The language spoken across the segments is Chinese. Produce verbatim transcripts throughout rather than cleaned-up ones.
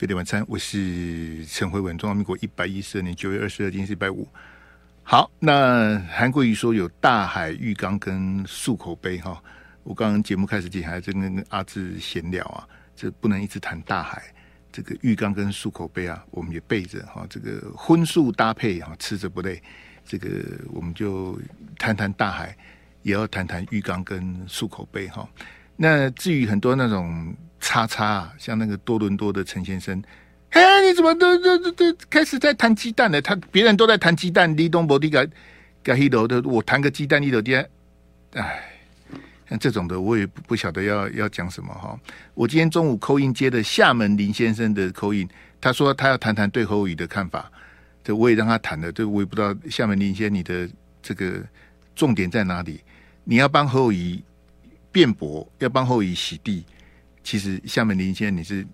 飞碟晚餐，我是陈慧文，中华民国一百一十二年九月二十二，今天是一百五。好，那韩国瑜说有大海、浴缸跟漱口杯哈。我刚刚节目开始前还在跟阿志闲聊啊，这不能一直谈大海，这个浴缸跟漱口杯啊，我们也备着哈。这个荤素搭配哈，吃着不累。这个我们就谈谈大海，也要谈谈浴缸跟漱口杯哈。那至于很多那种叉叉、啊，像那个多伦多的陈先生，嘿，你怎么都都都都开始在谈鸡蛋了？他别人都在谈鸡蛋，李东博的个个一楼的，我谈个鸡蛋一楼的，哎，像这种的我也不晓得要要讲什么哈。我今天中午call in接的厦门林先生的call in，他说他要谈谈对侯友宜的看法。这我也让他谈了，这我也不知道厦门林先生你的这个重点在哪里？你要帮侯友宜辩驳，要帮侯友宜洗地，其实厦门林先生你是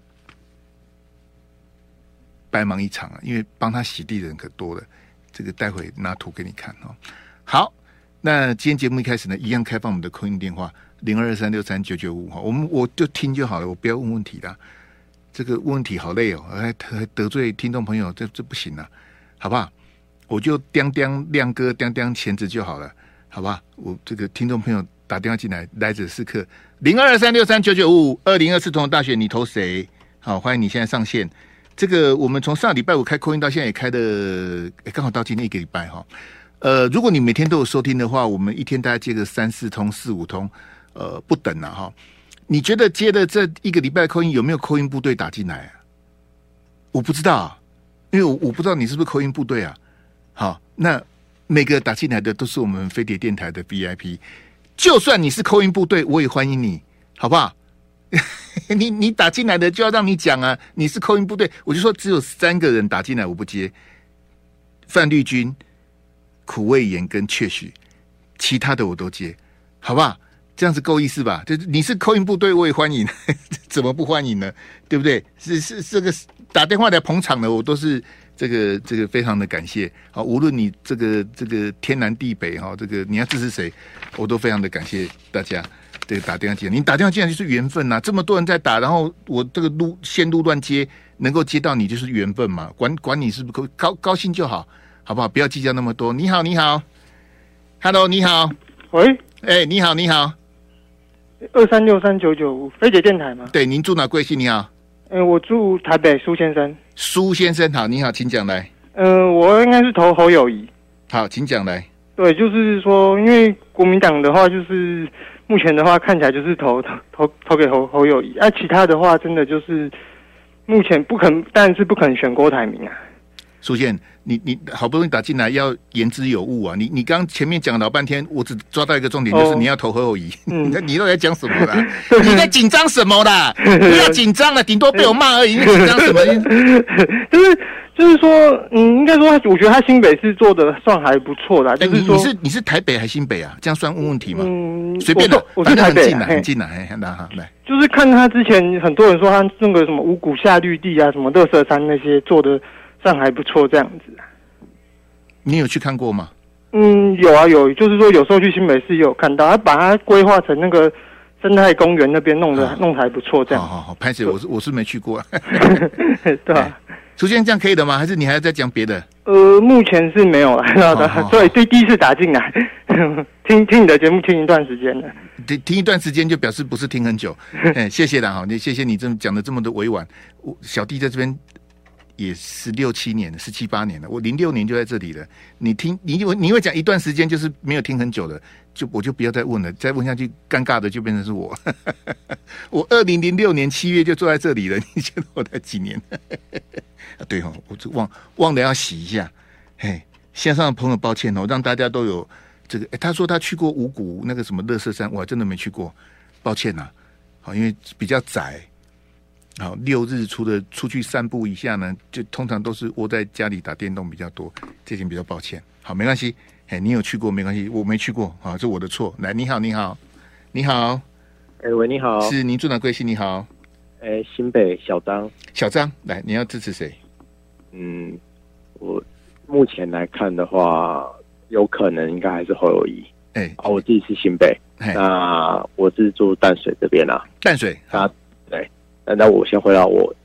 白忙一场啊，因为帮他洗地的人可多了。这个待会拿图给你看哦。好，那今天节目一开始呢，一样开放我们的空音电话零二二三六三九九五哈，我们我就听就好了，我不要问问题啦。这个问问题好累哦，还得罪听众朋友，这这不行啊。好不好？我就叮叮亮哥叮叮钳子就好了，好吧？我这个听众朋友打电话进来，来者是客，零二三六三九九五五，二零二四总统大选你投谁？好，欢迎你现在上线。这个我们从上礼拜五开扣音到现在也开的，刚好到今天一个礼拜哈。呃，如果你每天都有收听的话，我们一天大概接个三四通、四五通，呃，不等了哈。你觉得接的这一个礼拜的扣音有没有扣音部队打进来啊？我不知道啊。因为 我, 我不知道你是不是扣音部队啊？好，那每个打进来的都是我们飞碟电台的 V I P， 就算你是扣音部队，我也欢迎你，好不好？你你打进来的就要让你讲啊，你是扣音部队，我就说只有三个人打进来我不接，范绿军、苦味盐跟确许，其他的我都接，好不好？这样子够意思吧？就是你是扣音部队，我也欢迎，怎么不欢迎呢？对不对？是是这个打电话来捧场的，我都是这个这个非常的感谢。好，无论你这个这个天南地北哈，这个你要支持谁，我都非常的感谢大家。这个打电话进来，你打电话进来就是缘分呐、啊，这么多人在打，然后我这个路线路乱接，能够接到你就是缘分嘛。管管你是不是高高兴就好，好不好？不要计较那么多。你好，你好 ，Hello， 你好， 喂， 哎、欸，你好，你好。 二三六三九九五飞碟电台吗？ 对，您住哪贵姓？你好， 嗯、呃，我住台北，苏先生。 苏先生好，你好，请讲来。 嗯、呃，我应该是投侯友宜。 好，请讲来。 对，就是说，因为国民党的话，就是目前的话看起来就是投投投投给侯侯友宜，啊，其他的话真的就是目前不肯，但是不肯选郭台铭啊。 苏宪，你你好不容易打进来，要言之有物啊！你你刚前面讲老半天，我只抓到一个重点，就是你要投侯友宜。嗯，你都在讲什么啦？你在紧张什么啦？不要紧张了，顶多被我骂而已。你紧张什么？ 就是就是说，嗯，应该说，我觉得他新北市做的算还不错的。就是说， 你是你是台北还是新北啊？这样算问问题吗？ 嗯， 随便的， 我是台北， 很近啊，很近啊，来好来。 就是看他之前很多人说他那个什么五股下绿地啊，什么垃圾山那些做的。算还不错，这样子。 你有去看过吗？ 嗯，有啊，有，就是说有时候去新北市也有看到，他把它规划成那个生态公园那边弄得、啊、弄得还不错，这样。 好好好，拍摄我是我是没去过。 对啊， 出现这样可以的吗？还是你还要再讲别的？ 呃，目前是没有了的，所以第第一次打进来，听听你的节目听一段时间了。 听听一段时间就表示不是听很久。哎，谢谢啦，好，你谢谢你这么讲的这么的委婉。我小弟在这边。也十六七年了，十七八年了。我零六年就在这里了。你听，你你会讲一段时间，就是没有听很久的，就我就不要再问了，再问下去，尴尬的就变成是我。我二零零六年七月就坐在这里了，你觉得我才几年？啊，对哦，我就忘忘了要洗一下。嘿，线上的朋友，抱歉哦，让大家都有这个。他说他去过五股那个什么垃圾山，我还真的没去过，抱歉呐、啊。好，因为比较窄。好，六日除了出去散步一下呢，就通常都是窝在家里打电动比较多，这点比较抱歉。好，没关系，哎，你有去过没关系，我没去过，好，这我的错。来，你好，你好，你好， 哎、欸、喂，你好， 是您住哪贵姓？你好， 哎、欸，新北小张， 小张，来，你要支持谁？ 嗯，我目前来看的话，有可能应该还是侯友宜。哎、欸，啊，我自己是新北，那我是住淡水这边啦、啊， 淡水， 啊，对。那我先回到我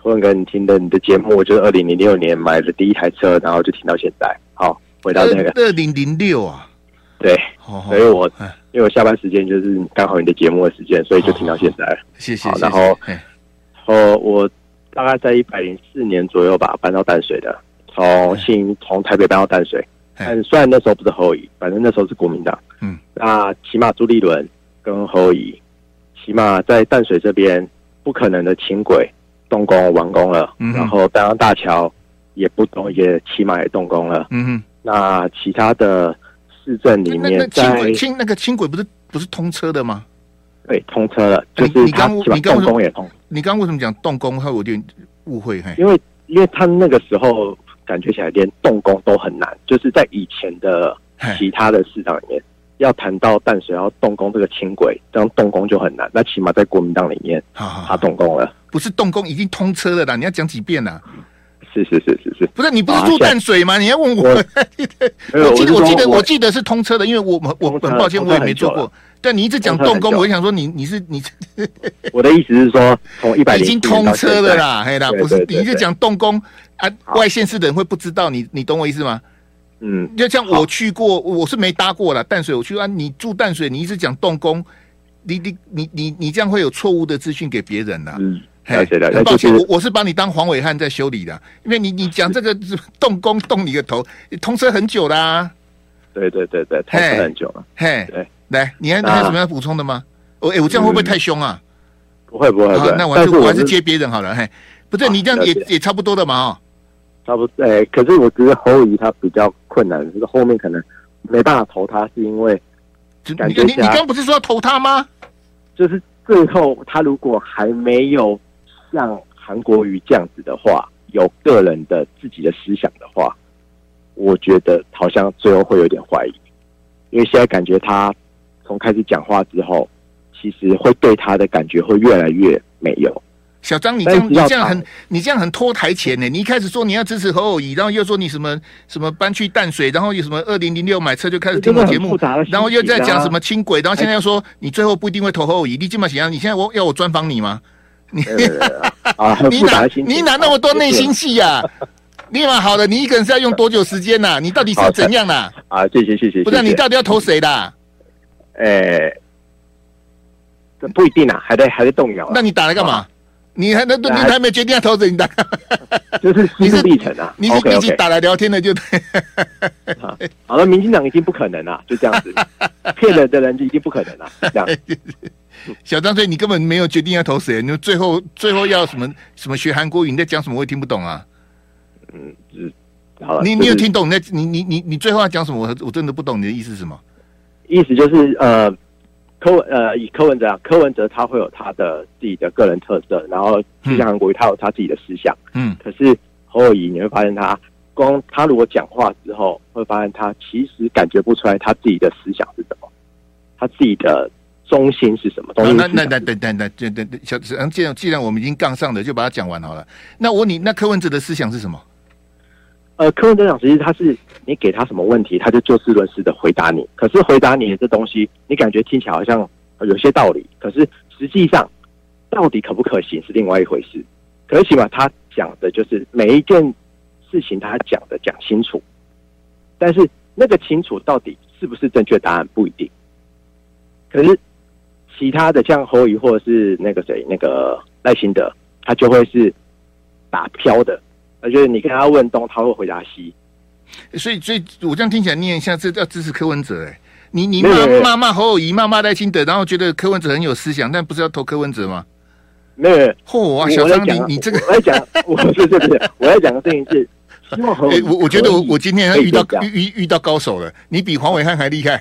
柯文哥，你听的你的节目，我就是二零零六年买了第一台车，然后就听到现在。好，回到那个二零零六啊， 对，所以我因为我下班时间就是刚好你的节目的时间，所以就听到现在了。 谢谢。 然后，哦，我大概在一百零四年左右吧，搬到淡水的，从新从台北搬到淡水。但虽然那时候不是侯友宜，反正那时候是国民党。嗯，那起码朱立伦跟侯友宜，起码在淡水这边不可能的轻轨动工完工了，嗯、然后丹阳大桥也不动，也起码也动工了。嗯哼，那其他的市政里面， 那轻轨轻那个轻轨不是不是通车的吗？ 对，通车了，就是他你刚动工也通。 你刚为什么讲动工？他有点误会。 因为因为他那个时候。感觉起来连动工都很难，就是在以前的其他的市场里面，要谈到淡水要动工这个轻轨，这样动工就很难。那起码在国民党里面，他动工了， 不是动工已经通车了啦？你要讲几遍啦？ 是是是是是， 不是你不是住淡水吗？你要问我，我记得我记得我记得是通车的，因为我我很抱歉我也没做过。但你一直讲动工，我就想说你你是你， 我的意思是说，从一百已经通车了啦，嘿啦，不是你一直讲动工啊，外县市的人会不知道你，你懂我意思吗？嗯，就像我去过，我是没搭过啦，淡水我去啊，你住淡水，你一直讲动工，你你你你你这样会有错误的资讯给别人啦。嗯， 了解了解。 很抱歉，我我是把你当黄伟汉在修理的，因为你你讲这个动工动你个头，通车很久啦。 对对对对，通车很久了。 嘿，对。来，你还还有什么要补充的吗？我、哦、哎，我这样会不会太凶啊？ 不会不会不会， 那我还是我还是接别人好了。嘿，不是你这样也也差不多的嘛哦。 差不多，哎，可是我觉得侯友宜他比较困难，就是后面可能没办法投他，是因为感觉你你刚不是说要投他吗？ 就是最后他如果还没有像韩国瑜这样子的话，有个人的自己的思想的话，我觉得好像最后会有点怀疑，因为现在感觉他。从开始讲话之后，其实会对他的感觉会越来越没有。 小张，你这样你这样很你这样很拖台前呢。你一开始说你要支持侯友宜，然后又说你什么什么搬去淡水，然后有什么二零零六买车就开始听我节目，然后又在讲什么轻轨，然后现在又说你最后不一定会投侯友宜。你这么想，你现在我要我专访你吗？你你哪你哪那么多内心戏呀？你蛮好的，你一个人是要用多久时间呐？你到底是怎样啦？ 啊，谢谢谢谢。 不是你到底要投谁啦？ 诶，这不一定啊，还在还在动摇。 那你打来干嘛？你还那你还没决定要投谁？你打， 就是心路历程啊。 你是一起打来聊天的就对。 好了，民进党已经不可能了，就这样子，骗人的人就一定不可能了。这样， 小张，所以你根本没有决定要投谁，你最后最后要什么什么学韩国语？你在讲什么？我也听不懂啊。 嗯，是好了。 你你有听懂？你在你你你你最后要讲什么？我我真的不懂你的意思是什么。 意思就是呃，柯文呃以柯文哲，柯文哲他会有他的自己的个人特色，然后就像韩国瑜他有他自己的思想，嗯，可是侯友宜你会发现他光他如果讲话之后，会发现他其实感觉不出来他自己的思想是什么，他自己的中心是什么？中心那那那等等等等等，小既然既然我们已经杠上了，就把它讲完好了。那我问你，那柯文哲的思想是什么？ 呃，柯文哲长其实他是你给他什么问题，他就就事论事的回答你。可是回答你的这东西，你感觉听起来好像有些道理，可是实际上到底可不可行是另外一回事。可是起码他讲的就是每一件事情他讲的讲清楚，但是那个清楚到底是不是正确答案不一定。可是其他的像侯友宜或者是那个谁那个赖清德，他就会是打飘的。就是你跟他问东，他会回答西， 所以，所以我这样听起来，念一下，这要支持柯文哲哎、欸，你你骂骂骂侯友宜，骂骂赖清德，然后觉得柯文哲很有思想，但不是要投柯文哲吗？ 没有， 嚯、啊，小张，你你这个， 我在讲，我是是是，我在讲的事情是，希望侯友宜、 欸，我我觉得我我今天遇到遇遇遇到高手了，你比黄伟汉还厉害。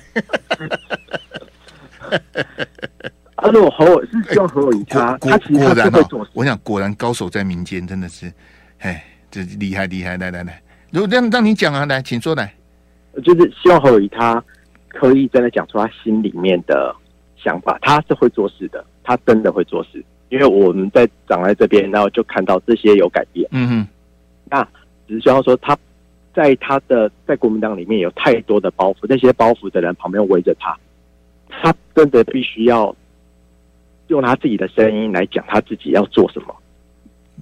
啊，如果侯友是希望侯友宜他，他其实他是会做事， 我想果然高手在民间，真的是，哎。这厉害厉害，来来来，如果让让你讲啊，来，请说来。 就是希望侯友宜他可以真的讲出他心里面的想法，他是会做事的，他真的会做事。因为我们在长在这边，然后就看到这些有改变。嗯哼，那只是希望说他在他的在国民党里面有太多的包袱，那些包袱的人旁边围着他，他真的必须要用他自己的声音来讲他自己要做什么。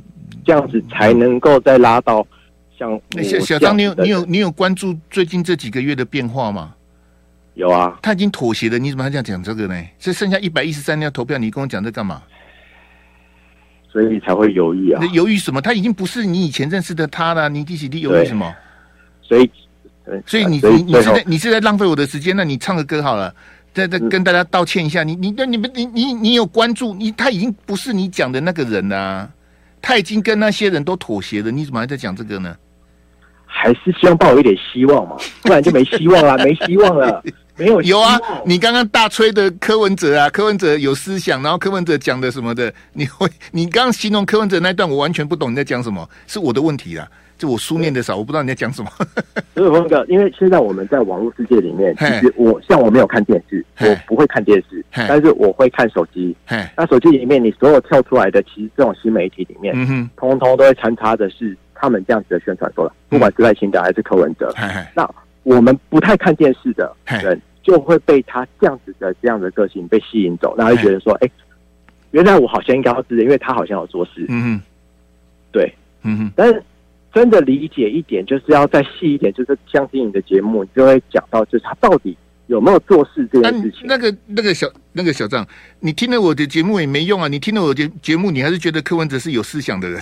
这样子才能够再拉到像小小张，你有你有你有关注最近这几个月的变化吗？ 有啊， 他已经妥协了，你怎么还这样讲这个呢？这剩下一百一十三要投票，你跟我讲这干嘛？ 所以才会犹豫啊！ 犹豫什么？他已经不是你以前认识的他了，你一起你犹豫什么？ 所以， 所以你你你是在你是在浪费我的时间？那你唱个歌好了，再再跟大家道歉一下。你你你你你你你有关注？你他已经不是你讲的那个人啦，他已经跟那些人都妥协了，你怎么还在讲这个呢？ 还是希望抱有一点希望嘛，不然就没希望啦，没希望了。没有有啊，你刚刚大吹的柯文哲啊，柯文哲有思想，然后柯文哲讲的什么的，你会你刚刚形容柯文哲那段，我完全不懂你在讲什么，是我的问题啦，就我书念的少，我不知道你在讲什么。 所以峰哥，因为现在我们在网络世界里面，其实我像我没有看电视，我不会看电视，但是我会看手机。那手机里面你所有跳出来的，其实这种新媒体里面，嗯哼，通通都会穿插的是他们这样子的宣传说了，不管是赖清德还是柯文哲，那我们不太看电视的人，就会被他这样子的这样的个性被吸引走，那就觉得说，哎、欸，原来我好像应该要知道，因为他好像有做事，嗯哼，对，嗯哼，但是真的理解一点，就是要再细一点，就是相信你的节目，你就会讲到，就是他到底有没有做事这件事情。 那个那个小那个小张，你听了我的节目也没用啊！你听了我的节目，你还是觉得柯文哲是有思想的人。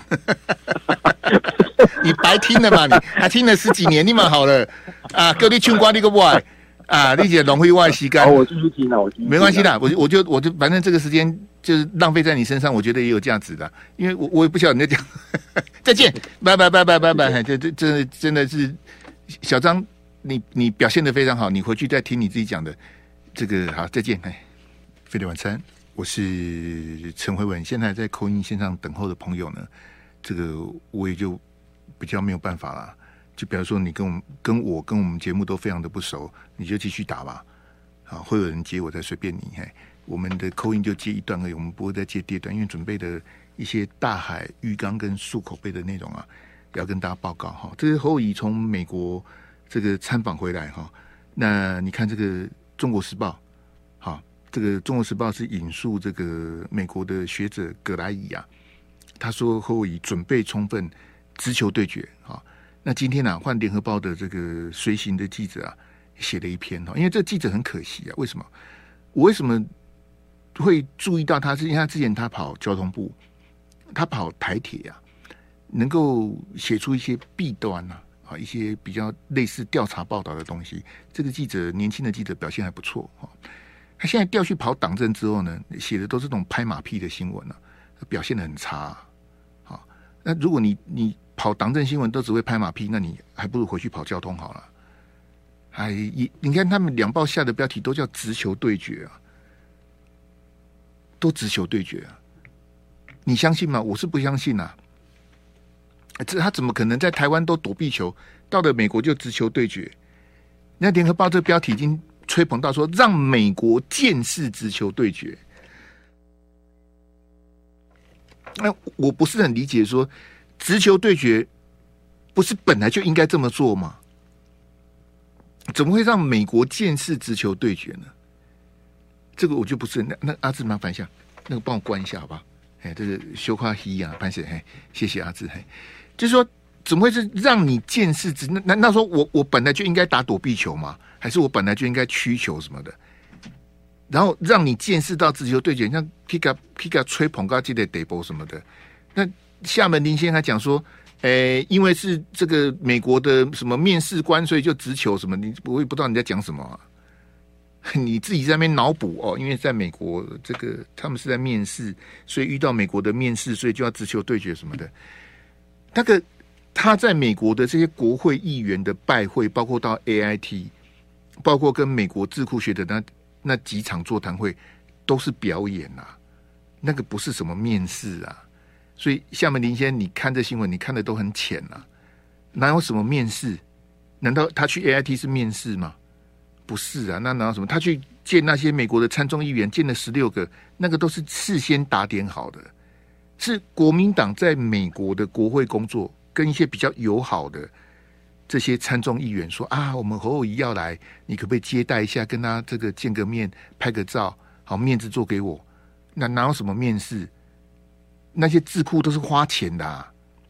你白听了嘛？你还听了十几年，你蛮好了啊！各地唱歌你个外啊，你姐龙会外洗干。 哦，我继续听了，我继续听。 没关系的，我我就我就反正这个时间就是浪费在你身上，我觉得也有价值的，因为我我也不晓得你在讲。再见，拜拜拜拜拜拜！这这这真的是小张，你你表现得非常好，你回去再听你自己讲的这个好，再见。哎，飞碟晚餐，我是陈慧文，现在在口音线上等候的朋友呢，这个我也就比较没有办法啦。就比如说你跟我们跟我跟我们节目都非常的不熟，你就继续打吧。啊，会有人接我再随便你。嘿，我们的口音就接一段而已，我们不会再接第二段，因为准备的一些大海浴缸跟漱口杯的内容啊，要跟大家报告哈。这是侯友宜从美国这个参访回来哈。那你看这个《中国时报》，好，这个《中国时报》是引述这个美国的学者葛莱伊啊，他说侯友宜准备充分，直球对决啊。那今天呢、啊，换联合报的这个随行的记者啊，写了一篇哦，因为这记者很可惜啊。为什么？我为什么会注意到他？是因为他之前他跑交通部，他跑台铁啊，能够写出一些弊端啊，啊，一些比较类似调查报道的东西。这个记者年轻的记者表现还不错哈。他现在调去跑党政之后呢，写的都是这种拍马屁的新闻啊，表现得很差。好，那如果你你跑党政新闻都只会拍马屁，那你还不如回去跑交通好了。还你看他们两报下的标题都叫直球对决啊，都直球对决啊，你相信吗？我是不相信啊。这他怎么可能在台湾都躲避球，到了美国就直球对决？那联合报这标题已经吹捧到说让美国见识直球对决。那我不是很理解说。直球对决不是本来就应该这么做吗？怎么会让美国见识直球对决呢？这个我就不是那那阿志麻烦一下，那个帮我关一下好不好？哎，这个修夸希啊，潘姐，嘿，谢谢阿志，嘿，就是说怎么会是让你见识直？那难道说我我本来就应该打躲避球吗？还是我本来就应该曲球什么的？然后让你见识到直球对决，像 Kika Kika 吹捧高记得 double 什么的，那。厦门林先还讲说，诶，因为是这个美国的什么面试官，所以就直球什么，你我也不知道你在讲什么、啊，你自己在那边脑补哦。因为在美国，这个他们是在面试，所以遇到美国的面试，所以就要直球对决什么的。那个他在美国的这些国会议员的拜会，包括到 A I T， 包括跟美国智库学的那那几场座谈会，都是表演啊，那个不是什么面试啊。所以厦门林先，你看这新闻，你看的都很浅啊，哪有什么面试？难道他去 A I T 是面试吗？不是啊，那哪有什么？他去见那些美国的参众议员，见了十六个，那个都是事先打点好的，是国民党在美国的国会工作，跟一些比较友好的这些参众议员说啊，我们侯友宜要来，你可不可以接待一下，跟他这个见个面，拍个照，好面子做给我？那哪有什么面试？那些智库都是花钱的、啊，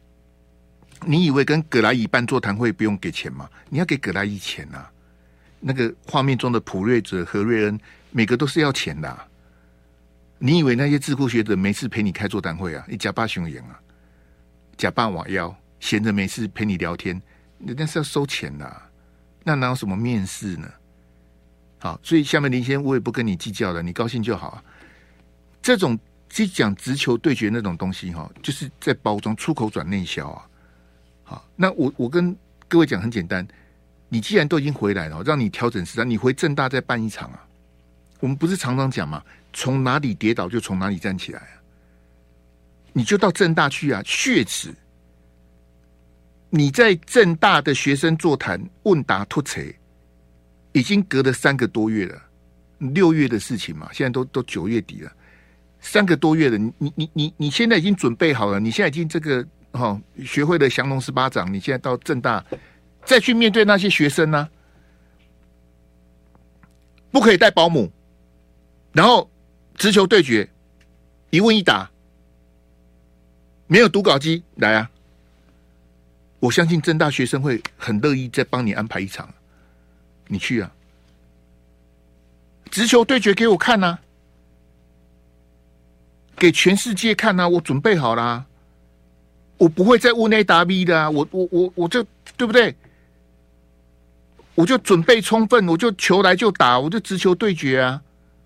你以为跟葛莱仪办座谈会不用给钱吗？你要给葛莱仪钱啊！那个画面中的普瑞哲、何瑞恩，每个都是要钱的、啊。你以为那些智库学者没事陪你开座谈会啊？你假扮熊眼啊，假扮瓦腰，闲着没事陪你聊天，那是要收钱的、啊。那哪有什么面试呢？好，所以下面林先生我也不跟你计较了，你高兴就好啊。这种去讲直球对决那种东西哈，就是在包装出口转内销啊。好，那我我跟各位讲很简单，你既然都已经回来了，让你调整时间，你回政大再办一场啊。我们不是常常讲嘛，从哪里跌倒就从哪里站起来啊。你就到政大去啊，血耻！你在政大的学生座谈问答突锤，已经隔了三个多月了，六月的事情嘛，现在都都九月底了。三个多月了，你你你你现在已经准备好了，你现在已经这个哦学会了降龙十八掌，你现在到政大再去面对那些学生呢、啊，不可以带保姆，然后直球对决，一问一答，没有读稿机来啊！我相信政大学生会很乐意再帮你安排一场，你去啊！直球对决给我看啊！给全世界看啊！我准备好啦、啊，我不会再问 A 答 B 的啊！我我我我就对不对？我就准备充分，我就球来就打，我就直球对决啊！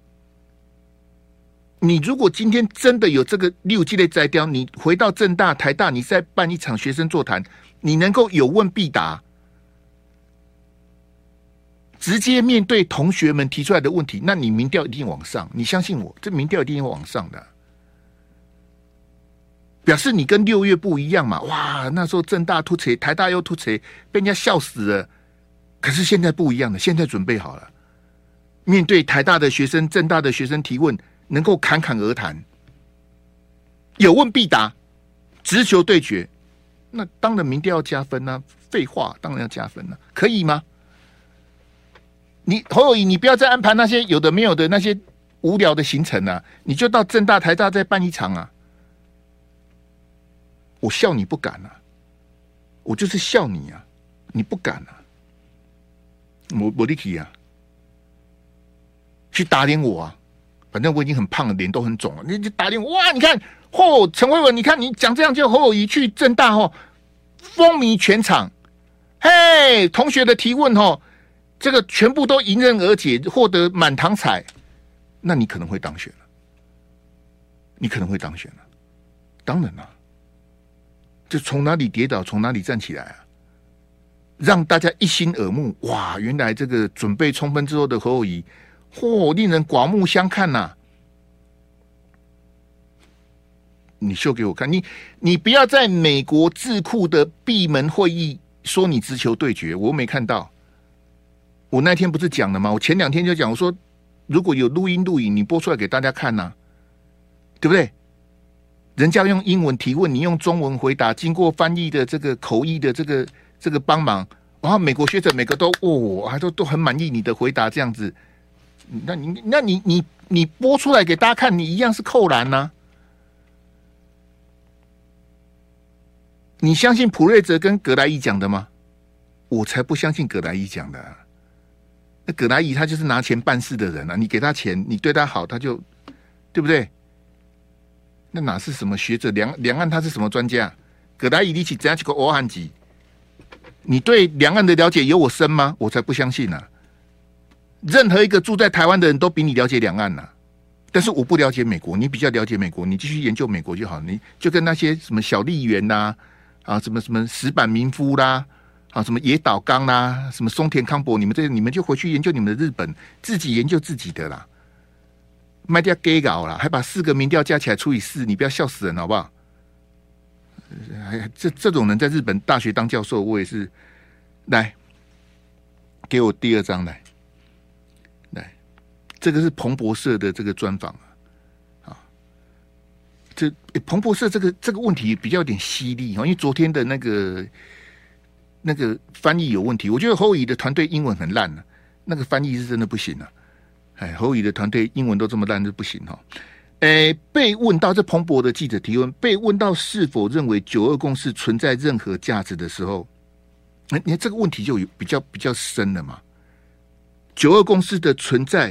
你如果今天真的有这个六 G 的摘雕，你回到政大、台大，你再办一场学生座谈，你能够有问必答，直接面对同学们提出来的问题，那你民调一定往上。你相信我，这民调一定会往上的。表示你跟六月不一样嘛？哇，那时候政大突锤，台大又突锤，被人家笑死了。可是现在不一样了，现在准备好了，面对台大的学生、政大的学生提问，能够侃侃而谈，有问必答，直球对决，那当然民调要加分啊！废话，当然要加分啊，可以吗？你侯友宜，你不要再安排那些有的没有的那些无聊的行程啊，你就到政大、台大再办一场啊！我笑你不敢啊，我就是笑你啊，你不敢啊，我我力气啊，去打脸我啊！反正我已经很胖了，脸都很肿了，你就打脸我哇！你看，哦，陈慧文，你看你讲这样，就侯友宜去政大哦，风靡全场，嘿，同学的提问哦，这个全部都迎刃而解，获得满堂彩，那你可能会当选了，你可能会当选了，当然了。就从哪里跌倒，从哪里站起来啊！让大家一心耳目。哇，原来这个准备充分之后的侯友宜，嚯、哦，令人刮目相看呐、啊！你秀给我看，你你不要在美国智库的闭门会议说你直球对决，我没看到。我那天不是讲了吗？我前两天就讲，我说如果有录音录影，你播出来给大家看呐、啊，对不对？人家用英文提问，你用中文回答，经过翻译的这个口译的这个这个帮忙，然后美国学者每个都哦，还都都很满意你的回答，这样子，那你那你你你播出来给大家看，你一样是扣篮呐、啊。你相信普瑞泽跟葛莱伊讲的吗？我才不相信葛莱伊讲的、啊。那葛莱伊他就是拿钱办事的人啊，你给他钱，你对他好，他就对不对？那哪是什么学者？两两岸他是什么专家？葛莱伊你起怎样去个欧汉级？你对两岸的了解有我深吗？我才不相信呢、啊。任何一个住在台湾的人都比你了解两岸呐、啊，但是我不了解美国，你比较了解美国，你继续研究美国就好。你就跟那些什么小笠原呐、啊，啊什么什么石坂民夫啦，啊什么野岛刚啦，什么松田康博，你们这你们就回去研究你们的日本，自己研究自己的啦。卖掉 gay 搞了，还把四个民调加起来除以四，你不要笑死人好不好？这这种人在日本大学当教授，我也是。来，给我第二张来，来，这个是彭博社的这个专访啊。啊，这彭博社这个这个问题比较有点犀利哈，因为昨天的那个那个翻译有问题，我觉得侯友宜的团队英文很烂啊，那个翻译是真的不行啊。哎，侯友宜的团队英文都这么烂就不行哈。 诶，被问到这彭博的记者提问，被问到是否认为九二共识存在任何价值的时候，你看这个问题就有比较比较深了嘛。九二共识的存在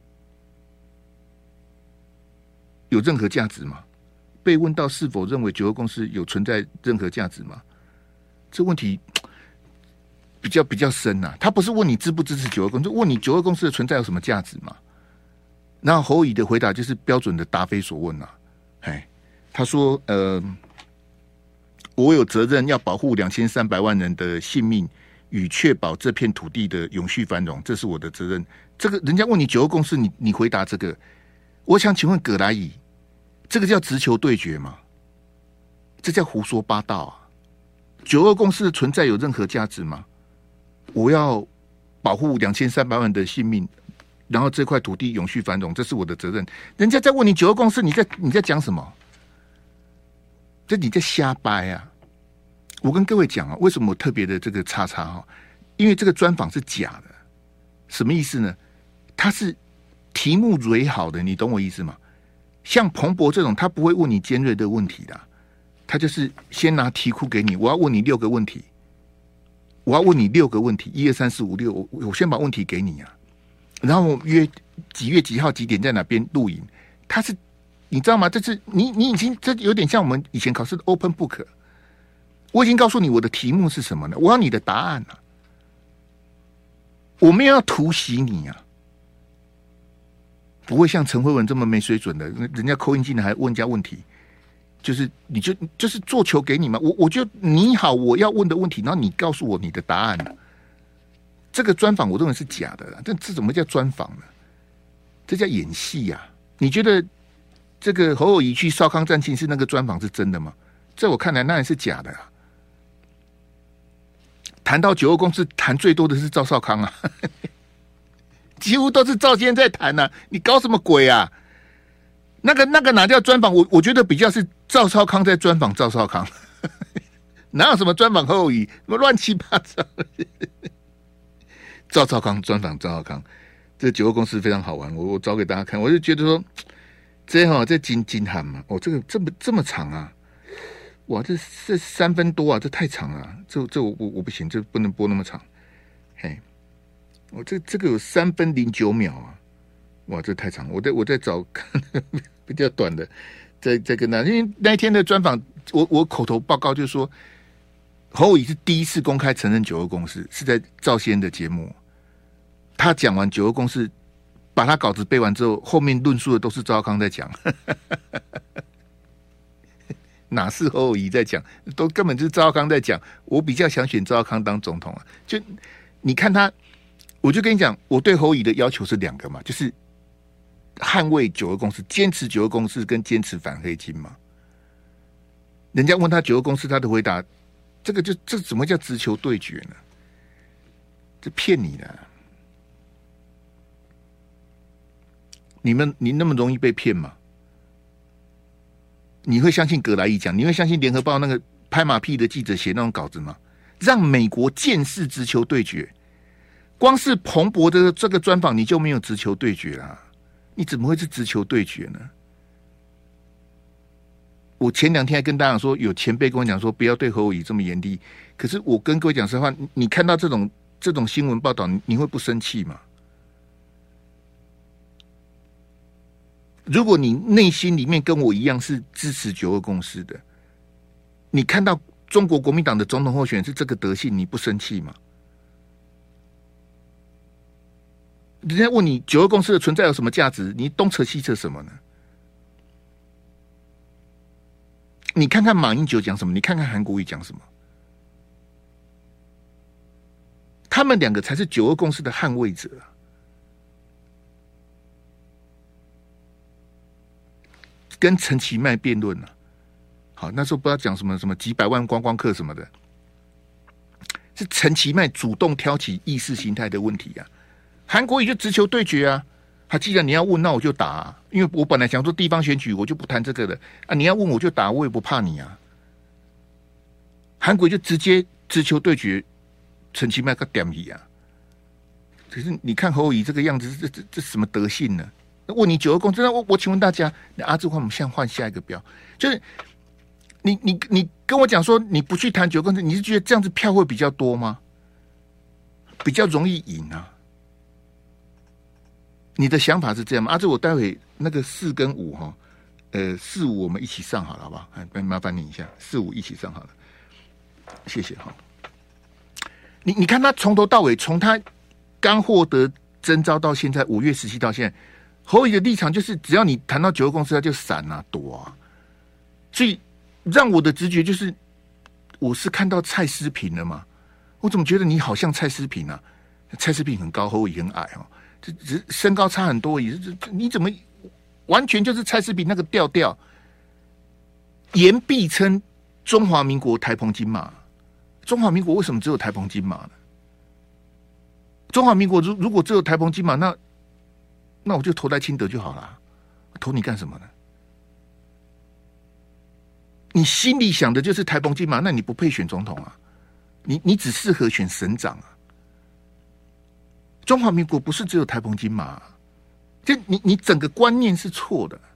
有任何价值吗？被问到是否认为九二共识有存在任何价值吗？这问题比较比较深啊。他不是问你支不支持九二共识，问你九二共识的存在有什么价值吗？然后侯友宜的回答就是标准的答非所问啊。哎，他说：“呃，我有责任要保护两千三百万人的性命与确保这片土地的永续繁荣，这是我的责任。”这个人家问你九二共识，你你回答这个，我想请问葛莱仪，这个叫直球对决吗？这叫胡说八道啊！九二共识的存在有任何价值吗？我要保护两千三百万的性命。然后这块土地永续繁荣，这是我的责任。人家在问你九二共识，你在你在讲什么？这你在瞎掰啊！我跟各位讲啊，为什么我特别的这个叉叉哈？因为这个专访是假的，什么意思呢？他是题目蕊好的，你懂我意思吗？像彭博这种，他不会问你尖锐的问题的，他就是先拿题库给你，我要问你六个问题，我要问你六个问题，一二三四五六，我我先把问题给你啊。然后我约几月几号几点在哪边录影？他是你知道吗？这是你你已经这有点像我们以前考试的 open book。我已经告诉你我的题目是什么呢？我要你的答案啊！我没有要突袭你啊！不会像陈慧文这么没水准的，人家扣音进来还问人家问题，就是你就就是做球给你嘛。我我就你好，我要问的问题，然后你告诉我你的答案啊。这个专访我认为是假的，但这怎么叫专访呢？这叫演戏呀、啊！你觉得这个侯友宜去少康战情是那个专访是真的吗？在我看来，那也是假的啊！谈到九二共识，谈最多的是赵少康啊，几乎都是赵先生在谈啊！你搞什么鬼啊？那个那个哪叫专访？我我觉得比较是赵少康在专访赵少康，哪有什么专访侯友宜？什么乱七八糟！赵少康专访赵少康，这九二共识非常好玩，我我找给大家看，我就觉得说，这哈这金金喊嘛，哦，这个这么这么长啊，哇，这这三分多啊，这太长了、啊，这这我我我不行，这不能播那么长，嘿，我这这个有三分零九秒啊，哇，这太长，我在我在找看比较短的，再再跟他，因为那一天的专访，我我口头报告就是说。侯友宜是第一次公开承认九二共识，是在赵先的节目。他讲完九二共识，把他稿子背完之后，后面论述的都是赵少康在讲，哪是侯友宜在讲？都根本就是赵少康在讲。我比较想选赵少康当总统啊！就你看他，我就跟你讲，我对侯友宜的要求是两个嘛，就是捍卫九二共识，坚持九二共识，跟坚持反黑金嘛。人家问他九二共识，他的回答。这个就这怎么叫直球对决呢？这骗你的！你们你那么容易被骗吗？你会相信葛莱仪讲？你会相信联合报那个拍马屁的记者写那种稿子吗？让美国见识直球对决，光是彭博的这个专访你就没有直球对决啦！你怎么会是直球对决呢？我前两天还跟大家讲说，有前辈跟我讲说，不要对侯友宜这么严厉。可是我跟各位讲实话，你看到这种这种新闻报道，你你会不生气吗？如果你内心里面跟我一样是支持九二共识的，你看到中国国民党的总统候选人是这个德性，你不生气吗？人家问你九二共识的存在有什么价值，你东扯西扯什么呢？你看看马英九讲什么，你看看韩国瑜讲什么，他们两个才是九二共识的捍卫者啊！跟陈其迈辩论啊，好，那时候不知道讲什么什么几百万观光客什么的，是陈其迈主动挑起意识形态的问题啊！韩国瑜就直球对决啊！他既然你要问，那我就打、啊，因为我本来想说地方选举，我就不谈这个了啊！你要问我就打，我也不怕你啊。韩国就直接直球对决，陈其迈个点你啊！可是你看侯友宜这个样子，这这这什么德性呢？ 问你九二共识，那我我请问大家，阿志，我们现在换下一个标，就是你你你跟我讲说你不去谈九二共识，你是觉得这样子票会比较多吗？比较容易赢啊？你的想法是这样吗？阿志，我待会那个四跟五哈，呃，四五我们一起上好了，好不好？哎，麻烦你一下，四五一起上好了，谢谢哈。你你看他从头到尾，从他刚获得征召到现在，五月十七到现在，侯友宜的立场就是，只要你谈到九二共识，他就闪啊躲啊，所以让我的直觉就是，我是看到蔡诗萍了嘛？我怎么觉得你好像蔡诗萍啊？蔡诗萍很高，侯友宜很矮哦。这这身高差很多而已，这这你怎么完全就是蔡诗萍那个调调？言必称中华民国台澎金马，中华民国为什么只有台澎金马呢？中华民国如如果只有台澎金马，那那我就投赖清德就好了，投你干什么呢？你心里想的就是台澎金马，那你不配选总统啊！你你只适合选省长啊！中华民国不是只有台澎金马、啊，就你你整个观念是错的。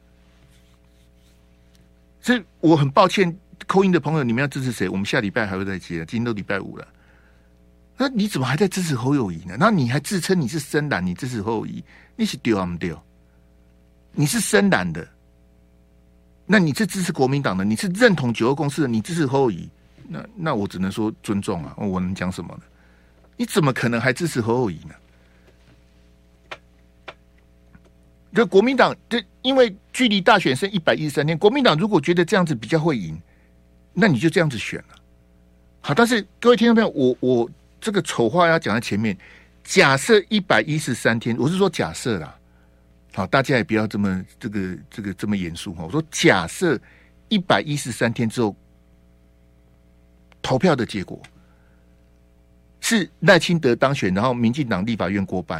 所以我很抱歉，扣音的朋友，你们要支持谁？我们下礼拜还会再接，今天都礼拜五了。那你怎么还在支持侯友宜呢？那你还自称你是深蓝，你支持侯友宜，你是丢啊不丢？你是深蓝的，那你是支持国民党的，你是认同九二共识的，你支持侯友宜，那那我只能说尊重啊，我能讲什么呢？你怎么可能还支持侯友宜呢？就国民党，就因为距离大选剩一百一十三天，国民党如果觉得这样子比较会赢，那你就这样子选了。好，但是各位听众朋友，我我这个丑话要讲在前面。假设一百一十三天，我是说假设啦。好，大家也不要这么这个这个这么严肃哈。我说假设一百一十三天之后投票的结果是赖清德当选，然后民进党立法院过半。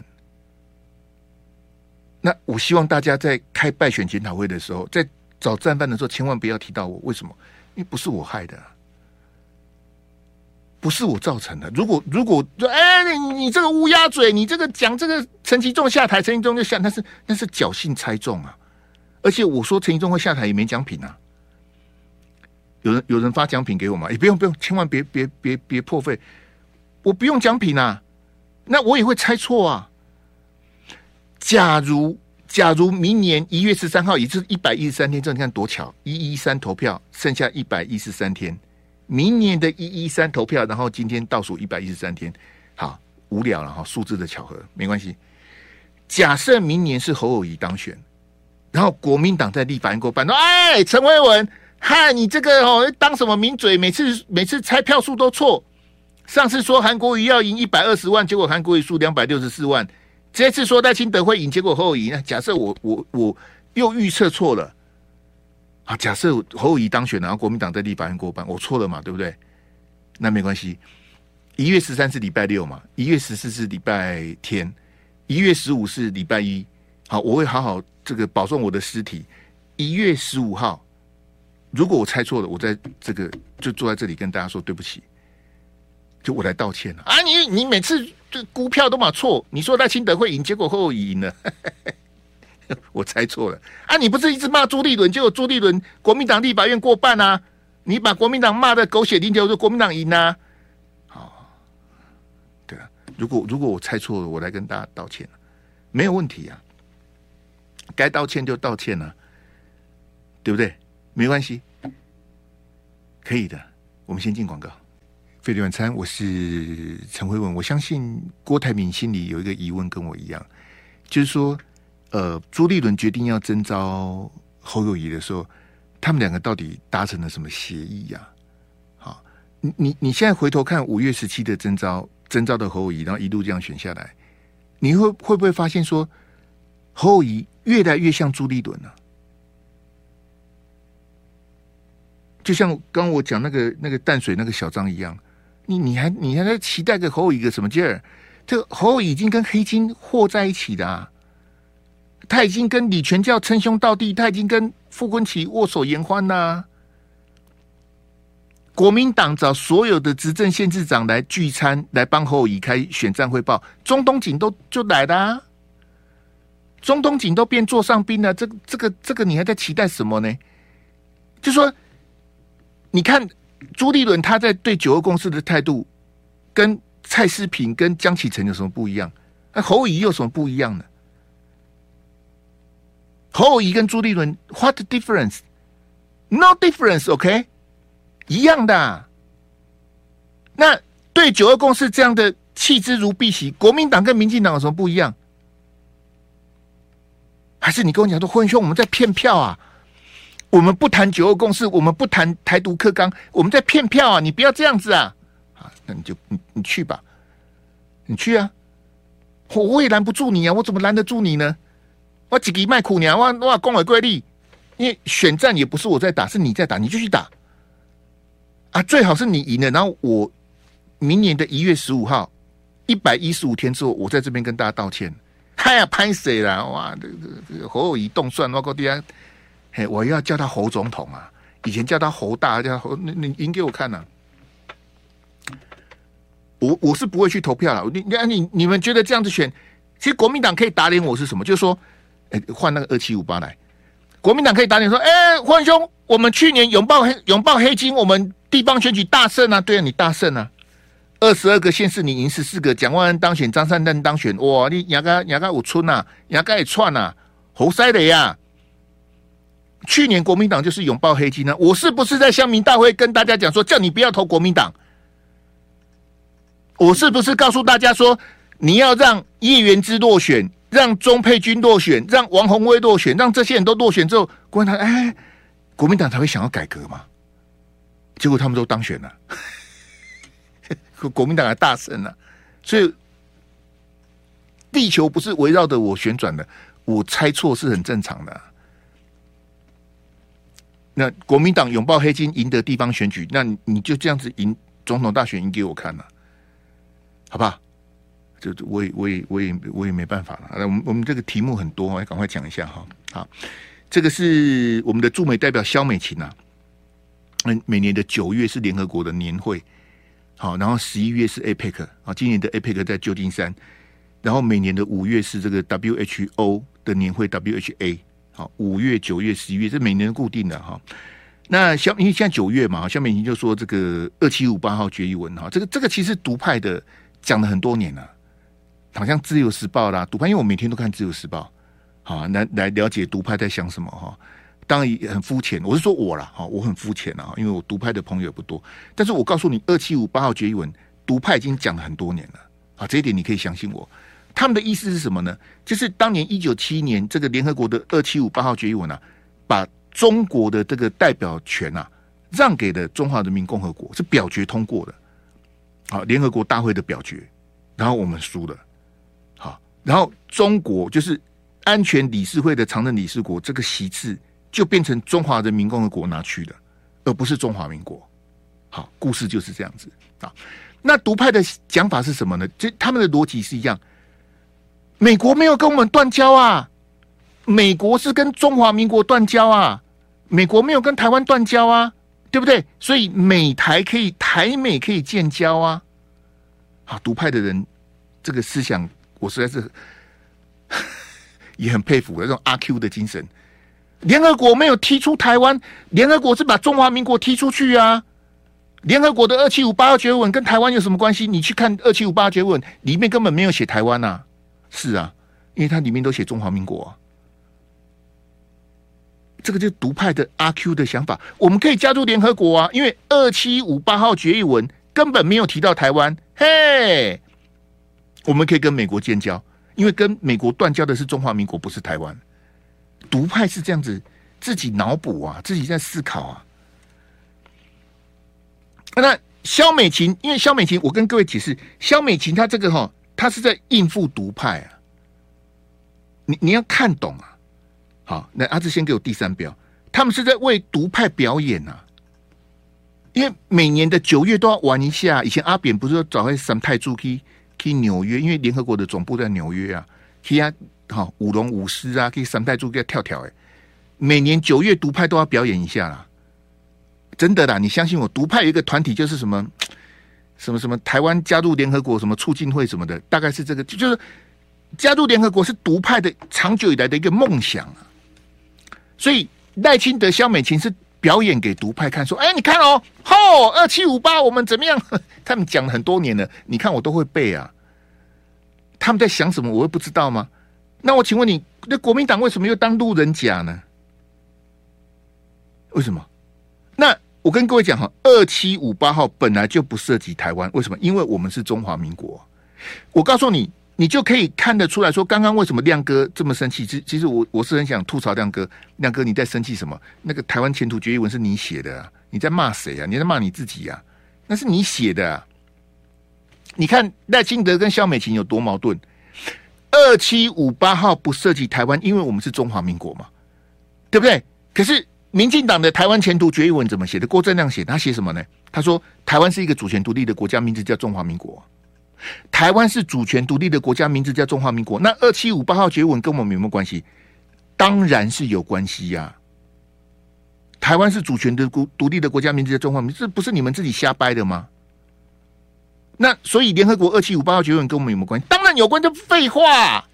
那我希望大家在开败选检讨会的时候，在找战犯的时候，千万不要提到我。为什么？因为不是我害的、啊，不是我造成的。如果如果说，哎、欸，你你这个乌鸦嘴，你这个讲这个陈其仲下台，陈其仲就下，那是那是侥幸猜中啊。而且我说陈其仲会下台也没奖品啊。有人有人发奖品给我吗？也、欸、不用不用，千万别别别别破费。我不用奖品啊，那我也会猜错啊。假如假如明年一月十三号，也就是一百一十三天，这你看多巧，一一三投票，剩下一百一十三天，明年的一一三投票，然后今天倒数一百一十三天，好无聊了哈，数字的巧合没关系。假设明年是侯友宜当选，然后国民党在立法院过半，说哎，陈维文，嗨，你这个哦当什么名嘴，每次每次猜票数都错。上次说韩国瑜要赢一百二十万，结果韩国瑜输两百六十四万。这次说赖清德会赢，结果侯友宜呢？假设我我我又预测错了啊！假设侯友宜当选，然后国民党在立法院过半，我错了嘛，对不对？那没关系。一月十三是礼拜六嘛，一月十四是礼拜天，一月十五是礼拜一。好，我会好好这个保送我的尸体。一月十五号，如果我猜错了，我在这个就坐在这里跟大家说对不起。就我来道歉了啊！你你每次这估票都嘛错，你说赖清德会赢，结果侯友宜赢了，我猜错了啊！你不是一直骂朱立伦，结果朱立伦国民党立法院过半啊！你把国民党骂的狗血淋头，说国民党赢啊！好，对啊，如果如果我猜错了，我来跟大家道歉了，没有问题啊，该道歉就道歉了、啊，对不对？没关系，可以的。我们先进广告。费力晚餐，我是陈慧文。我相信郭台铭心里有一个疑问，跟我一样，就是说，呃，朱立伦决定要征召侯友宜的时候，他们两个到底达成了什么协议呀、啊？好，你你你现在回头看五月十七的征召，征召的侯友宜，然后一路这样选下来，你会会不会发现说，侯友宜越来越像朱立伦了、啊？就像刚刚我讲那个那个淡水那个小张一样。你你还你还在期待个侯友宜个什么劲儿？这个侯友宜已经跟黑金和在一起的、啊，他已经跟李全教称兄道弟，他已经跟傅昆萁握手言欢啦、啊。国民党找所有的执政县市长来聚餐，来帮侯友宜开选战汇报，中东锦都就来了、啊。 中东锦都变座上宾了，这个这个这个你还在期待什么呢？就说你看朱立伦他在对九二共识的态度，跟蔡诗平跟江启臣有什么不一样？那侯友宜有什么不一样呢？侯友宜跟朱立伦 ，what difference？ No difference， OK， 一样的、啊。那对九二共识这样的弃之如敝屣，国民党跟民进党有什么不一样？还是你跟我讲说，混兄，我们在骗票啊？我们不谈九二共识，我们不谈台独课纲，我们在骗票啊！你不要这样子啊！啊，那你就你你去吧，你去啊！我我也拦不住你啊！我怎么拦得住你呢？我几个卖苦娘，我我恭维贵利，因为选战也不是我在打，是你在打，你就去打啊！最好是你赢了，然后我明年的一月十五号，一百一十五天之后，我在这边跟大家道歉。嗨呀，拍谁啦？哇，这个这个侯友宜动算，我告底下，嘿，我要叫他侯总统啊！以前叫他侯大，叫他侯，你你赢给我看呐、啊！我我是不会去投票了。你你你你们觉得这样子选，其实国民党可以打脸我是什么？就是说，哎，换那个二七五八来，国民党可以打脸说，哎，焕兄，我们去年拥抱黑拥抱黑金，我们地方选举大胜啊！对啊，你大胜啊！二十二个县市你赢十四个，蒋万安当选，张善政当选，哇！你牙嘎牙嘎有村啊，牙嘎也串啊，侯塞雷啊！去年国民党就是拥抱黑金呢，我是不是在乡民大会跟大家讲说，叫你不要投国民党？我是不是告诉大家说，你要让叶元之落选，让钟佩君落选，让王宏威落选，让这些人都落选之后，国民党哎，国民党才会想要改革嘛？结果他们都当选了。国民党还大胜了、啊，所以地球不是围绕着我旋转的，我猜错是很正常的、啊。那国民党拥抱黑金赢得地方选举，那你就这样子赢总统大选赢给我看了、啊，好不好？就我也我也我也我也没办法了。我们我们这个题目很多，我赶快讲一下哈。好，这个是我们的驻美代表萧美琴啊。嗯，每年的九月是联合国的年会。好，然后十一月是 A P E C 啊，今年的 A P E C 在旧金山，然后每年的五月是这个 W H O 的年会 W H A， 好，五月、九月、十一月是每年固定的哈。那像因为现在九月嘛，萧美琴就说这个二七五八号决议文哈，这个这个其实独派的讲了很多年了，好像自由时报啦，独派，因为我每天都看自由时报，好来来了解独派在想什么哈。当然也很肤浅，我是说我啦，我很肤浅啊，因为我独派的朋友也不多。但是我告诉你，二七五八号决议文，独派已经讲了很多年了啊，这一点你可以相信我。他们的意思是什么呢？就是当年一九七一年这个联合国的二七五八号决议文啊，把中国的这个代表权啊让给了中华人民共和国，是表决通过的。好，联合国大会的表决，然后我们输了。好，然后中国就是安全理事会的常任理事国，这个席次就变成中华人民共和国拿去了，而不是中华民国。好，故事就是这样子啊。那独派的讲法是什么呢？就他们的逻辑是一样，美国没有跟我们断交啊，美国是跟中华民国断交啊，美国没有跟台湾断交啊，对不对？所以美台可以，台美可以建交啊。好，独派的人这个思想，我实在是也很佩服的，这种阿 Q 的精神。联合国没有踢出台湾，联合国是把中华民国踢出去啊。联合国的二七五八号决议文跟台湾有什么关系？你去看二七五八决议文里面根本没有写台湾啊。是啊，因为它里面都写中华民国啊。这个就是独派的阿 Q 的想法。我们可以加入联合国啊，因为二七五八号决议文根本没有提到台湾。嘿，我们可以跟美国建交，因为跟美国断交的是中华民国，不是台湾。独派是这样子自己脑补啊，自己在思考啊。那萧美琴，因为萧美琴，我跟各位解释，萧美琴她这个哈，她是在应付独派啊。你你要看懂啊。好，那阿志先给我第三标，他们是在为独派表演啊。因为每年的九月都要玩一下，以前阿扁不是说找回三太子去去纽约，因为联合国的总部在纽约啊，去啊。好，舞龙舞狮啊，可以三代柱给他跳跳哎！每年九月独派都要表演一下啦，真的啦，你相信我，独派有一个团体就是什么什么什么台湾加入联合国什么促进会什么的，大概是这个，就是加入联合国是独派的长久以来的一个梦想啊。所以赖清德、萧美琴是表演给独派看，说：“哎，你看哦，吼二七五八，我们怎么样？”他们讲了很多年了，你看我都会背啊。他们在想什么，我会不知道吗？那我请问你，那国民党为什么又当路人甲呢？为什么？那我跟各位讲哈，二七五八号本来就不涉及台湾，为什么？因为我们是中华民国。我告诉你，你就可以看得出来说，刚刚为什么亮哥这么生气？其其实我我是很想吐槽亮哥，亮哥你在生气什么？那个台湾前途决议文是你写的啊，你在骂谁啊？你在骂你自己啊？那是你写的啊！你看赖清德跟萧美琴有多矛盾。二七五八号不涉及台湾，因为我们是中华民国嘛，对不对？可是民进党的台湾前途决议文怎么写的？郭正亮写，他写什么呢？他说台湾是一个主权独立的国家，名字叫中华民国。台湾是主权独立的国家，名字叫中华民国。那二七五八号决议文跟我们有没有关系？当然是有关系呀、啊。台湾是主权的独立的国家，名字叫中华民国，这不是你们自己瞎掰的吗？那所以联合国二七五八号决议文跟我们有没有关系？当然有关，这废话。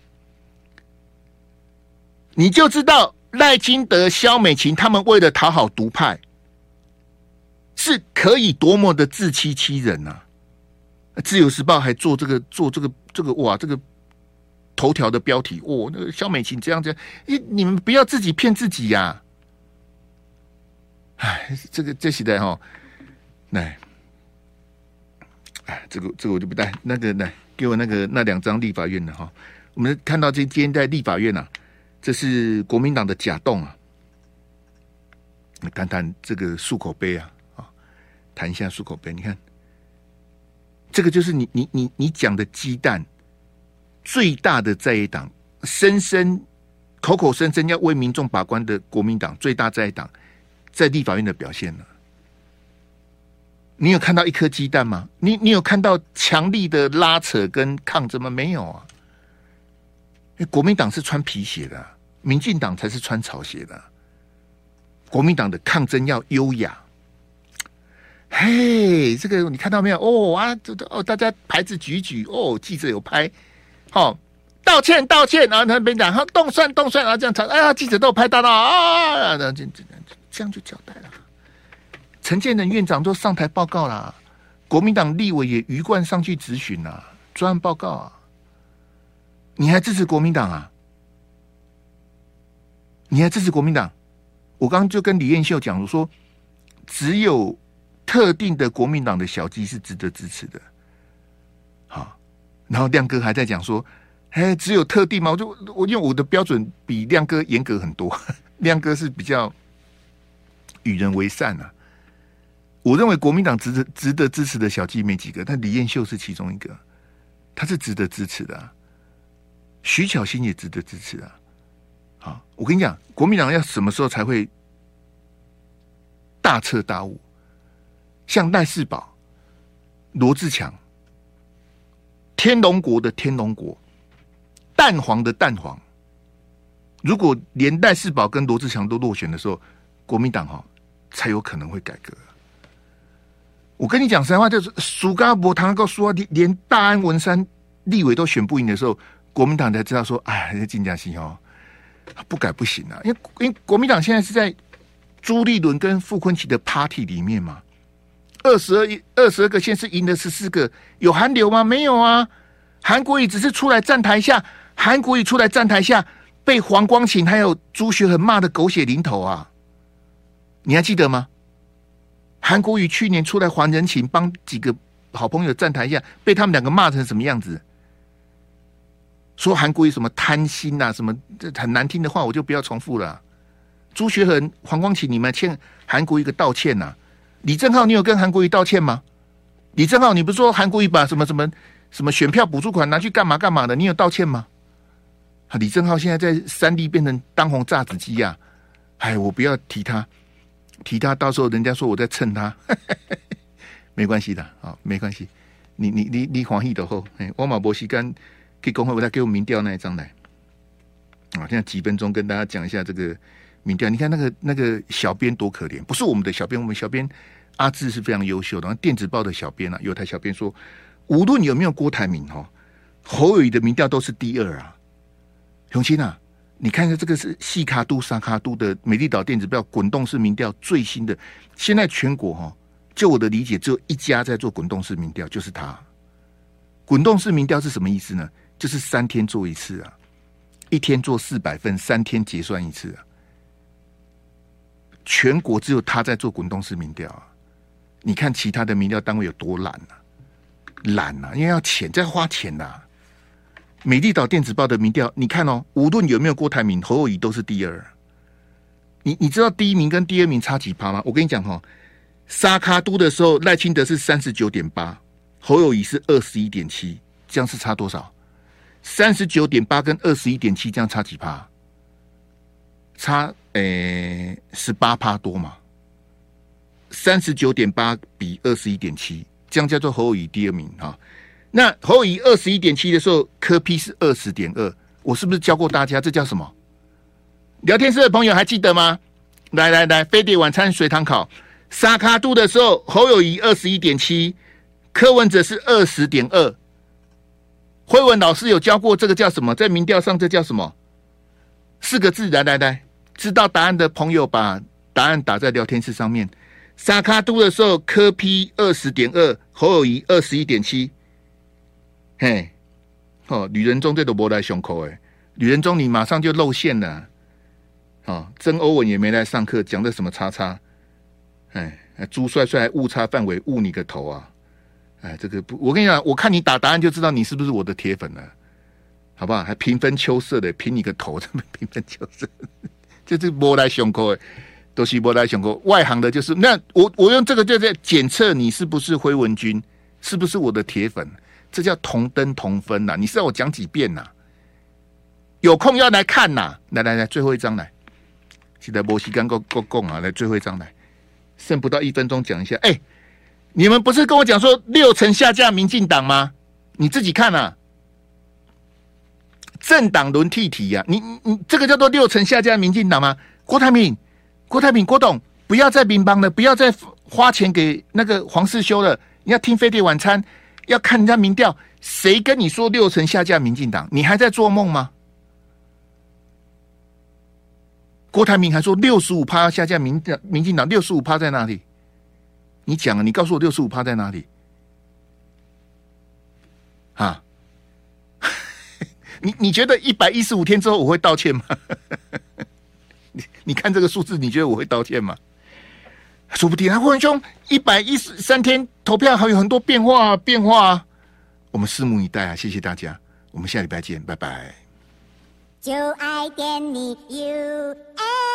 你就知道赖清德、萧美琴他们为了讨好独派，是可以多么的自欺欺人啊！自由时报还做这个做这个这个哇，这个头条的标题哦，那个萧美琴这样这样，你们不要自己骗自己呀、啊！哎，这个这时代哈，来。哎，这个这个我就不带那个来给我那个那两张立法院的哈。我们看到这今天在立法院啊，这是国民党的假动啊。谈谈这个漱口杯啊，啊，谈一下漱口杯。你看，这个就是你你你你讲的鸡蛋最大的在野党，深深口口声声要为民众把关的国民党最大在野党，在立法院的表现呢？你有看到一颗鸡蛋吗？你你有看到强力的拉扯跟抗争吗？没有啊！国民党是穿皮鞋的、啊，民进党才是穿草鞋的、啊。国民党的抗争要优雅。嘿，这个你看到没有？哦啊，这哦，大家牌子举举哦，记者有拍，好、哦、道歉道歉，然后那边讲，好动算动算，然后这样吵，哎呀，记者都有拍到了啊，这这这样就交代了。陈建仁院长都上台报告啦，国民党立委也鱼贯上去质询啦，专案报告啊，你还支持国民党啊？你还支持国民党？我刚刚就跟李彦秀讲，我说只有特定的国民党的小鸡是值得支持的。好，然后亮哥还在讲说，哎，只有特定吗？我就我因为我的标准比亮哥严格很多，亮哥是比较与人为善啊。我认为国民党值得值得支持的小鸡没几个，但李彦秀是其中一个，他是值得支持的、啊。徐巧芯也值得支持啊。好，我跟你讲，国民党要什么时候才会大彻大悟？像赖士葆、罗智强、天龙国的天龙国、蛋黄的蛋黄，如果连赖士葆跟罗智强都落选的时候，国民党哈才有可能会改革。我跟你讲实在话，就是苏嘎博唐告诉我，连大安文山立委都选不赢的时候，国民党才知道说，哎，这金家熙哦，不改不行啊！因为因为国民党现在是在朱立伦跟傅昆萁的 party 里面嘛，二十二二十二个县市赢了十四个，有韩流吗？没有啊！韩国瑜只是出来站台下，韩国瑜出来站台下，被黄光芹还有朱学恒骂的狗血淋头啊！你还记得吗？韩国瑜去年出来还人情，帮几个好朋友站台下，被他们两个骂成什么样子？说韩国瑜什么贪心啊，什么这很难听的话，我就不要重复了、啊。朱学恒、黄光芹，你们欠韩国瑜一个道歉呐、啊。李正皓，你有跟韩国瑜道歉吗？李正皓，你不是说韩国瑜把什么什么什么选票补助款拿去干嘛干嘛的？你有道歉吗？李正皓现在在三立变成当红炸子鸡呀、啊！哎，我不要提他。提他，到时候人家说我在蹭他，没关系的啊，没关系。你你你你欢喜就好。哎，我马博西干可以公会，我再给我民调那一张来啊。现在几分钟跟大家讲一下这个民调。你看那个那个小编多可怜，不是我们的小编，我们小编阿志是非常优秀的。然后电子报的小编啊，有台小编说，无论有没有郭台铭哈， 侯友宜的民调都是第二啊。永清啊，你看一下这个是细卡都、沙卡都的美丽岛电子报滚动式民调最新的，现在全国哈、哦，就我的理解，只有一家在做滚动式民调，就是他。滚动式民调是什么意思呢？就是三天做一次啊，一天做四百份，三天结算一次啊。全国只有他在做滚动式民调啊！你看其他的民调单位有多懒啊，懒啊，因为要钱，这要花钱的、啊。美丽岛电子报的民调，你看哦，无论有没有郭台铭、侯友宜都是第二。你你知道第一名跟第二名差几趴吗？我跟你讲哦，沙卡都的时候，赖清德是三十九点八，侯友宜是二十一点七，这样是差多少？三十九点八跟二十一点七，这样差几趴？差诶十八趴多嘛？三十九点八比二十一点七，这样叫做侯友宜第二名哈。那侯友宜二十一点七的时候，柯 P 是二十点二，我是不是教过大家？这叫什么？聊天室的朋友还记得吗？来来来，飞碟晚餐随堂考，沙卡都的时候，侯友宜二十一点七，柯文哲是二十点二。辉文老师有教过这个叫什么？在民调上这叫什么？四个字，来来来，知道答案的朋友把答案打在聊天室上面。沙卡都的时候，柯 P 二十点二，侯友宜二十一点七。嘿，哦，吕仁忠这都没来胸口哎，吕仁忠你马上就露馅了。哦，曾欧文也没来上课，讲的什么叉叉？哎，朱帅帅还误差范围，误你个头啊！哎，这个不，我跟你讲，我看你打答案就知道你是不是我的铁粉了，好不好？还平分秋色的，评你个头，怎么平分秋色？这是没来胸口哎，都是没来胸口。外行的就是那我我用这个就在检测你是不是辉文君，是不是我的铁粉。这叫同登同分呐、啊！你是要我讲几遍呐、啊？有空要来看呐、啊！来来来，最后一张来。现在摩西刚够够够啊！来最后一张来，剩不到一分钟讲一下。哎、欸，你们不是跟我讲说六成下架民进党吗？你自己看啊！政党轮替题呀、啊，你你这个叫做六成下架民进党吗？郭台铭、郭台铭、郭董，不要再民帮了，不要再花钱给那个黄世修了。你要听飞碟晚餐。要看人家民调，谁跟你说六成下架民进党？你还在做梦吗？郭台铭还说六十五趴下架民民进党，六十五趴在哪里？你讲啊，你告诉我六十五趴在哪里？啊？你你觉得一百一十五天之后我会道歉吗？你你看这个数字，你觉得我会道歉吗？说不定啊，霍文兄，一百一十三天投票还有很多变化、啊、变化啊，我们拭目以待啊！谢谢大家，我们下礼拜见，拜拜。就爱点你 U F